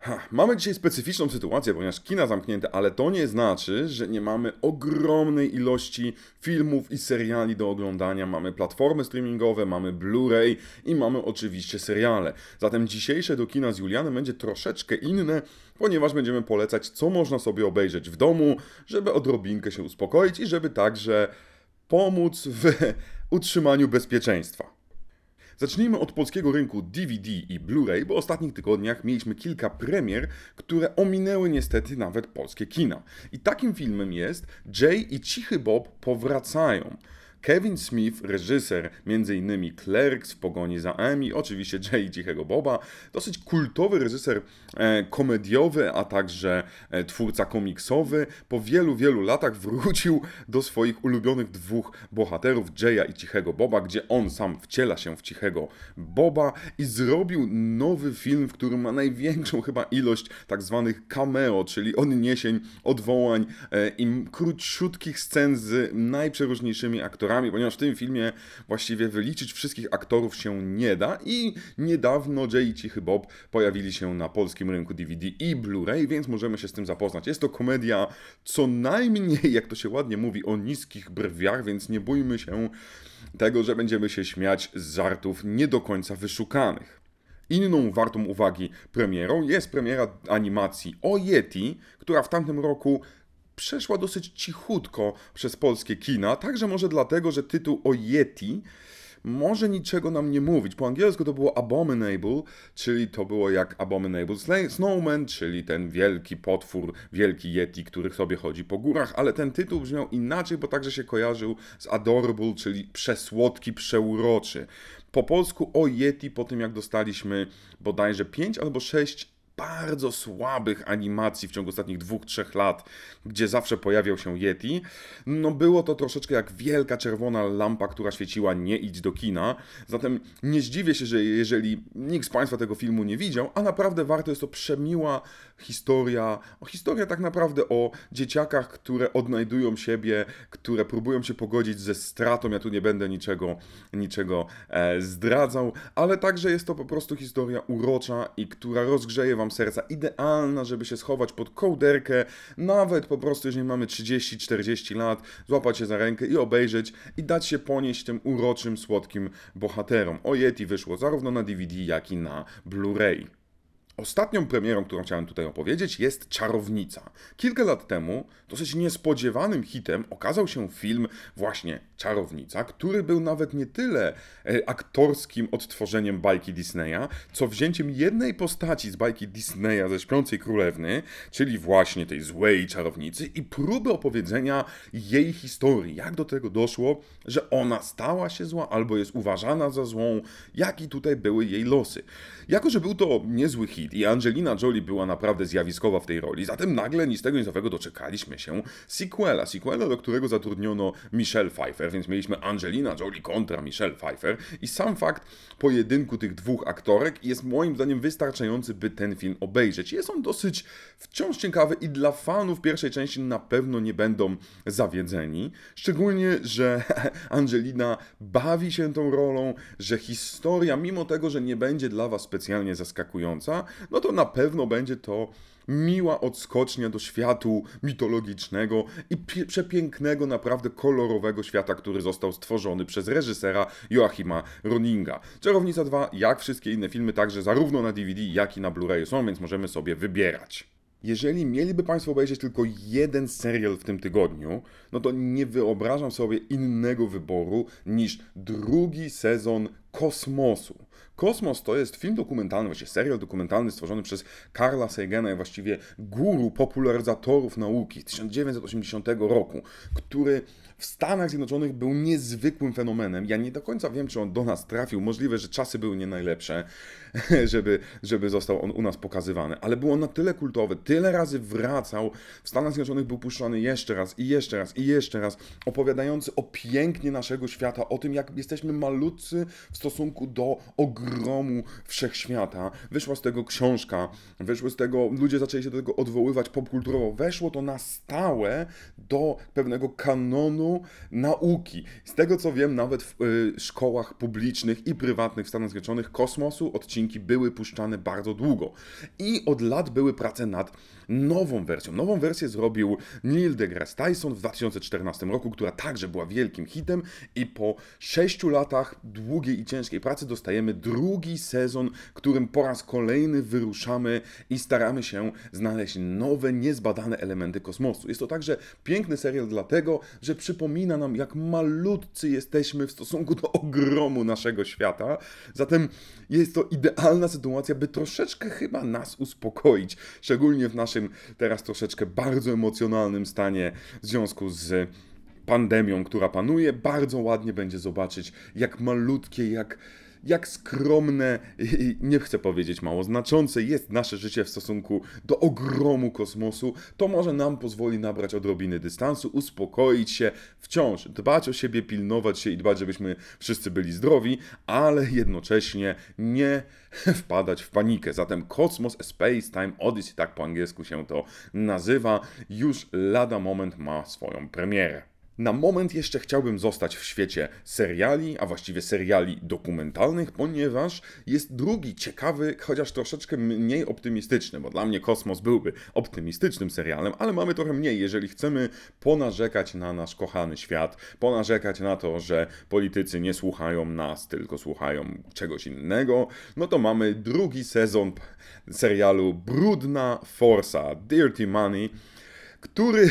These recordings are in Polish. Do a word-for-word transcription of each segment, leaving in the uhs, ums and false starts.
Ha, mamy dzisiaj specyficzną sytuację, ponieważ kina zamknięte, ale to nie znaczy, że nie mamy ogromnej ilości filmów i seriali do oglądania. Mamy platformy streamingowe, mamy Blu-ray i mamy oczywiście seriale. Zatem dzisiejsze do kina z Julianem będzie troszeczkę inne, ponieważ będziemy polecać, co można sobie obejrzeć w domu, żeby odrobinkę się uspokoić i żeby także pomóc w utrzymaniu bezpieczeństwa. Zacznijmy od polskiego rynku D V D i Blu-ray, bo w ostatnich tygodniach mieliśmy kilka premier, które ominęły niestety nawet polskie kina. I takim filmem jest Jay i Cichy Bob powracają. Kevin Smith, reżyser między innymi Clerks, W pogoni za Emmy, oczywiście Jay i Cichego Boba, dosyć kultowy reżyser e, komediowy, a także e, twórca komiksowy, po wielu, wielu latach wrócił do swoich ulubionych dwóch bohaterów, Jaya i Cichego Boba, gdzie on sam wciela się w Cichego Boba i zrobił nowy film, w którym ma największą chyba ilość tak zwanych cameo, czyli odniesień, odwołań e, i króciutkich scen z najprzeróżniejszymi aktorami, ponieważ w tym filmie właściwie wyliczyć wszystkich aktorów się nie da i niedawno Jay i Cichy Bob pojawili się na polskim rynku D V D i Blu-ray, więc możemy się z tym zapoznać. Jest to komedia co najmniej, jak to się ładnie mówi, o niskich brwiach, więc nie bójmy się tego, że będziemy się śmiać z żartów nie do końca wyszukanych. Inną wartą uwagi premierą jest premiera animacji o Yeti, która w tamtym roku przeszła dosyć cichutko przez polskie kina, także może dlatego, że tytuł o Yeti może niczego nam nie mówić. Po angielsku to było Abominable, czyli to było jak Abominable Snowman, czyli ten wielki potwór, wielki Yeti, który sobie chodzi po górach, ale ten tytuł brzmiał inaczej, bo także się kojarzył z Adorable, czyli przesłodki, przeuroczy. Po polsku o Yeti, po tym jak dostaliśmy bodajże pięć albo sześć bardzo słabych animacji w ciągu ostatnich dwóch, trzech lat, gdzie zawsze pojawiał się Yeti, no było to troszeczkę jak wielka czerwona lampa, która świeciła nie idź do kina. Zatem nie zdziwię się, że jeżeli nikt z Państwa tego filmu nie widział, a naprawdę warto, jest to przemiła historia, o historia tak naprawdę o dzieciakach, które odnajdują siebie, które próbują się pogodzić ze stratą. Ja tu nie będę niczego, niczego e, zdradzał, ale także jest to po prostu historia urocza i która rozgrzeje Wam serca, idealna, żeby się schować pod kołderkę, nawet po prostu, jeżeli mamy trzydzieści czterdzieści lat, złapać się za rękę i obejrzeć i dać się ponieść tym uroczym, słodkim bohaterom. O Yeti wyszło zarówno na D V D, jak i na Blu-ray. Ostatnią premierą, którą chciałem tutaj opowiedzieć, jest Czarownica. Kilka lat temu dosyć niespodziewanym hitem okazał się film właśnie Czarownica, który był nawet nie tyle e, aktorskim odtworzeniem bajki Disneya, co wzięciem jednej postaci z bajki Disneya ze Śpiącej Królewny, czyli właśnie tej złej czarownicy i próby opowiedzenia jej historii. Jak do tego doszło, że ona stała się zła albo jest uważana za złą, jakie tutaj były jej losy. Jako że był to niezły hit i Angelina Jolie była naprawdę zjawiskowa w tej roli, zatem nagle nic z tego nic nowego doczekaliśmy się sequela, sequela, do którego zatrudniono Michelle Pfeiffer, więc mieliśmy Angelina Jolie kontra Michelle Pfeiffer i sam fakt pojedynku tych dwóch aktorek jest moim zdaniem wystarczający, by ten film obejrzeć. Jest on dosyć wciąż ciekawy i dla fanów pierwszej części na pewno nie będą zawiedzeni, szczególnie, że Angelina bawi się tą rolą, że historia, mimo tego, że nie będzie dla Was specjalnie zaskakująca, no to na pewno będzie to miła odskocznia do światu mitologicznego i pie- przepięknego, naprawdę kolorowego świata, który został stworzony przez reżysera Joachima Roninga. Czarownica dwa, jak wszystkie inne filmy, także zarówno na D V D, jak i na Blu-rayu są, więc możemy sobie wybierać. Jeżeli mieliby Państwo obejrzeć tylko jeden serial w tym tygodniu, no to nie wyobrażam sobie innego wyboru niż drugi sezon Kosmosu. Kosmos to jest film dokumentalny, właściwie serial dokumentalny stworzony przez Carla Sagana, właściwie guru popularyzatorów nauki z tysiąc dziewięćset osiemdziesiątego roku, który w Stanach Zjednoczonych był niezwykłym fenomenem. Ja nie do końca wiem, czy on do nas trafił. Możliwe, że czasy były nie najlepsze, żeby, żeby został on u nas pokazywany. Ale był on na tyle kultowy, tyle razy wracał. W Stanach Zjednoczonych był puszczany jeszcze raz i jeszcze raz i jeszcze raz, opowiadający o pięknie naszego świata, o tym, jak jesteśmy malutcy w stosunku do ogromu wszechświata. Wyszła z tego książka, wyszły z tego, ludzie zaczęli się do tego odwoływać popkulturowo. Weszło to na stałe do pewnego kanonu nauki. Z tego co wiem, nawet w y, szkołach publicznych i prywatnych w Stanach Zjednoczonych kosmosu odcinki były puszczane bardzo długo. I od lat były prace nad nową wersją. Nową wersję zrobił Neil deGrasse Tyson w dwa tysiące czternastym roku, która także była wielkim hitem i po sześciu latach długiej i ciężkiej pracy dostajemy drugi sezon, którym po raz kolejny wyruszamy i staramy się znaleźć nowe, niezbadane elementy kosmosu. Jest to także piękny serial dlatego, że przypomina nam, jak malutcy jesteśmy w stosunku do ogromu naszego świata. Zatem jest to idealna sytuacja, by troszeczkę chyba nas uspokoić, szczególnie w naszym teraz troszeczkę bardzo emocjonalnym stanie w związku z pandemią, która panuje. Bardzo ładnie będzie zobaczyć, jak malutkie, jak, jak skromne i nie chcę powiedzieć mało znaczące jest nasze życie w stosunku do ogromu kosmosu. To może nam pozwoli nabrać odrobiny dystansu, uspokoić się, wciąż dbać o siebie, pilnować się i dbać, żebyśmy wszyscy byli zdrowi, ale jednocześnie nie wpadać w panikę. Zatem Kosmos A Space Time Odyssey, tak po angielsku się to nazywa, już lada moment ma swoją premierę. Na moment jeszcze chciałbym zostać w świecie seriali, a właściwie seriali dokumentalnych, ponieważ jest drugi ciekawy, chociaż troszeczkę mniej optymistyczny, bo dla mnie Kosmos byłby optymistycznym serialem, ale mamy trochę mniej, jeżeli chcemy ponarzekać na nasz kochany świat, ponarzekać na to, że politycy nie słuchają nas, tylko słuchają czegoś innego, no to mamy drugi sezon serialu Brudna Forsa, Dirty Money, który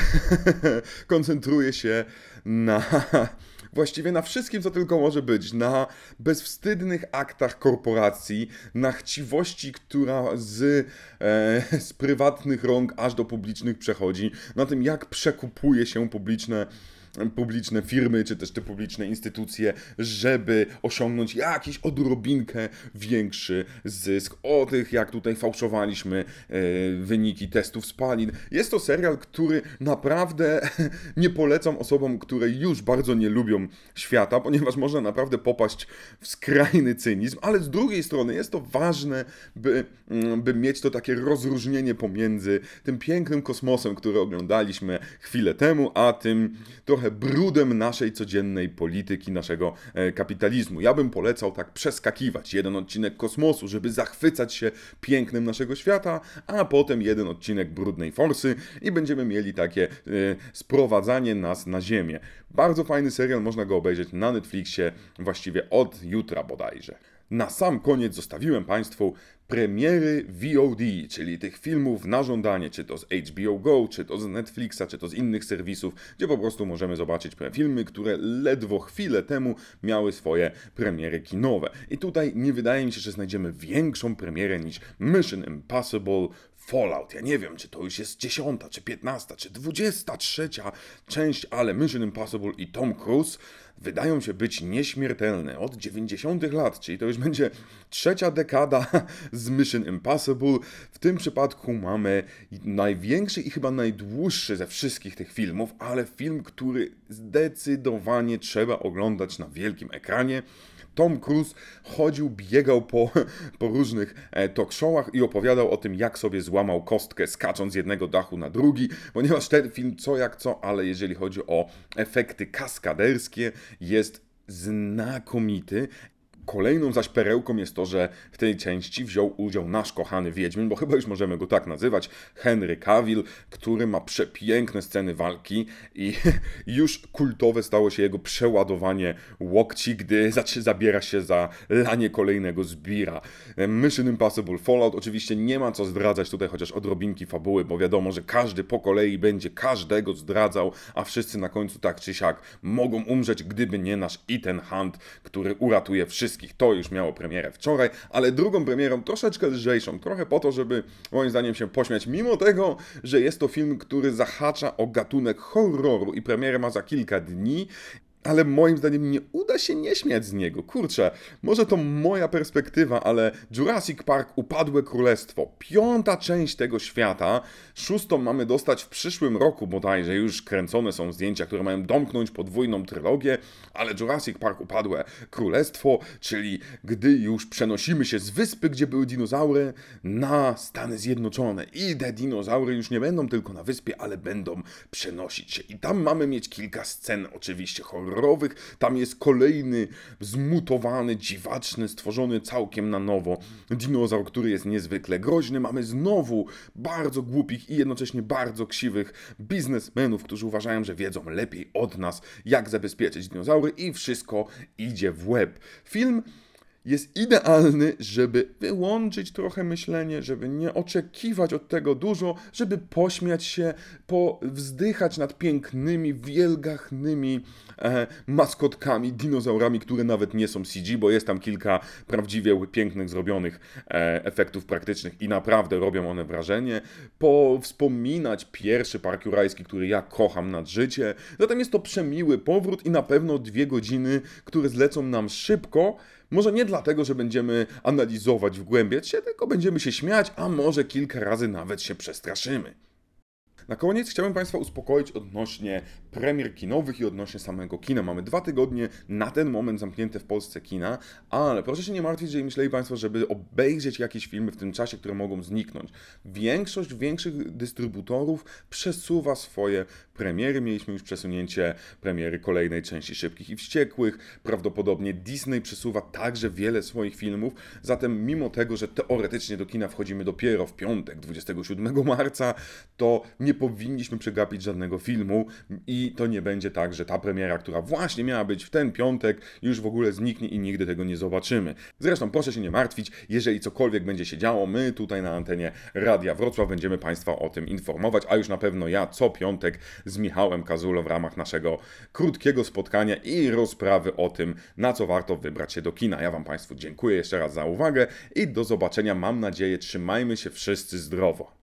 koncentruje się na właściwie na wszystkim, co tylko może być, na bezwstydnych aktach korporacji, na chciwości, która z, e, z prywatnych rąk aż do publicznych przechodzi, na tym, jak przekupuje się publiczne publiczne firmy, czy też te publiczne instytucje, żeby osiągnąć jakiś odrobinkę większy zysk. O tych, jak tutaj fałszowaliśmy e, wyniki testów spalin. Jest to serial, który naprawdę nie polecam osobom, które już bardzo nie lubią świata, ponieważ można naprawdę popaść w skrajny cynizm, ale z drugiej strony jest to ważne, by, by mieć to takie rozróżnienie pomiędzy tym pięknym kosmosem, który oglądaliśmy chwilę temu, a tym trochę brudem naszej codziennej polityki, naszego e, kapitalizmu. Ja bym polecał tak przeskakiwać jeden odcinek kosmosu, żeby zachwycać się pięknem naszego świata, a potem jeden odcinek brudnej forsy i będziemy mieli takie e, sprowadzanie nas na ziemię. Bardzo fajny serial, można go obejrzeć na Netflixie właściwie od jutra bodajże. Na sam koniec zostawiłem Państwu premiery V O D, czyli tych filmów na żądanie, czy to z H B O Go, czy to z Netflixa, czy to z innych serwisów, gdzie po prostu możemy zobaczyć filmy, które ledwo chwilę temu miały swoje premiery kinowe. I tutaj nie wydaje mi się, że znajdziemy większą premierę niż Mission Impossible Fallout. Ja nie wiem, czy to już jest dziesiąta, czy piętnasta, czy dwudziesta trzecia część, ale Mission Impossible i Tom Cruise wydają się być nieśmiertelne od dziewięćdziesiątych lat, czyli to już będzie trzecia dekada z Mission Impossible. W tym przypadku mamy największy i chyba najdłuższy ze wszystkich tych filmów, ale film, który zdecydowanie trzeba oglądać na wielkim ekranie. Tom Cruise chodził, biegał po, po różnych talk showach i opowiadał o tym, jak sobie złamał kostkę skacząc z jednego dachu na drugi, ponieważ ten film co jak co, ale jeżeli chodzi o efekty kaskaderskie, jest znakomity. Kolejną zaś perełką jest to, że w tej części wziął udział nasz kochany Wiedźmin, bo chyba już możemy go tak nazywać, Henry Cavill, który ma przepiękne sceny walki i już kultowe stało się jego przeładowanie łokci, gdy zabiera się za lanie kolejnego zbira. Mission Impossible Fallout oczywiście nie ma co zdradzać tutaj chociaż odrobinki fabuły, bo wiadomo, że każdy po kolei będzie każdego zdradzał, a wszyscy na końcu tak czy siak mogą umrzeć, gdyby nie nasz Ethan Hunt, który uratuje wszystkich. To już miało premierę wczoraj, ale drugą premierą troszeczkę lżejszą, trochę po to, żeby moim zdaniem się pośmiać, mimo tego, że jest to film, który zahacza o gatunek horroru i premierę ma za kilka dni. Ale moim zdaniem nie uda się nie śmiać z niego. Kurczę, może to moja perspektywa, ale Jurassic Park Upadłe Królestwo, piąta część tego świata, szóstą mamy dostać w przyszłym roku bodajże, już kręcone są zdjęcia, które mają domknąć podwójną trylogię, ale Jurassic Park Upadłe Królestwo, czyli gdy już przenosimy się z wyspy, gdzie były dinozaury, na Stany Zjednoczone i te dinozaury już nie będą tylko na wyspie, ale będą przenosić się. I tam mamy mieć kilka scen oczywiście horrorowych, tam jest kolejny zmutowany, dziwaczny, stworzony całkiem na nowo dinozaur, który jest niezwykle groźny. Mamy znowu bardzo głupich i jednocześnie bardzo ksiwych biznesmenów, którzy uważają, że wiedzą lepiej od nas, jak zabezpieczyć dinozaury i wszystko idzie w łeb. Film jest idealny, żeby wyłączyć trochę myślenie, żeby nie oczekiwać od tego dużo, żeby pośmiać się, powzdychać nad pięknymi, wielgachnymi e, maskotkami, dinozaurami, które nawet nie są C G, bo jest tam kilka prawdziwie pięknych, zrobionych e, efektów praktycznych i naprawdę robią one wrażenie. Powspominać pierwszy Park Jurajski, który ja kocham nad życie. Zatem jest to przemiły powrót i na pewno dwie godziny, które zlecą nam szybko. Może nie dlatego, że będziemy analizować, wgłębiać się, tylko będziemy się śmiać, a może kilka razy nawet się przestraszymy. Na koniec chciałbym Państwa uspokoić odnośnie premier kinowych i odnośnie samego kina. Mamy dwa tygodnie na ten moment zamknięte w Polsce kina, ale proszę się nie martwić, jeżeli myśleli Państwo, żeby obejrzeć jakieś filmy w tym czasie, które mogą zniknąć. Większość większych dystrybutorów przesuwa swoje premiery. Mieliśmy już przesunięcie premiery kolejnej części Szybkich i Wściekłych. Prawdopodobnie Disney przesuwa także wiele swoich filmów. Zatem mimo tego, że teoretycznie do kina wchodzimy dopiero w piątek, dwudziestego siódmego marca, to nie powinniśmy przegapić żadnego filmu i to nie będzie tak, że ta premiera, która właśnie miała być w ten piątek, już w ogóle zniknie i nigdy tego nie zobaczymy. Zresztą proszę się nie martwić, jeżeli cokolwiek będzie się działo, my tutaj na antenie Radia Wrocław będziemy Państwa o tym informować, a już na pewno ja co piątek z Michałem Kazulo w ramach naszego krótkiego spotkania i rozprawy o tym, na co warto wybrać się do kina. Ja Wam Państwu dziękuję jeszcze raz za uwagę i do zobaczenia, mam nadzieję, trzymajmy się wszyscy zdrowo.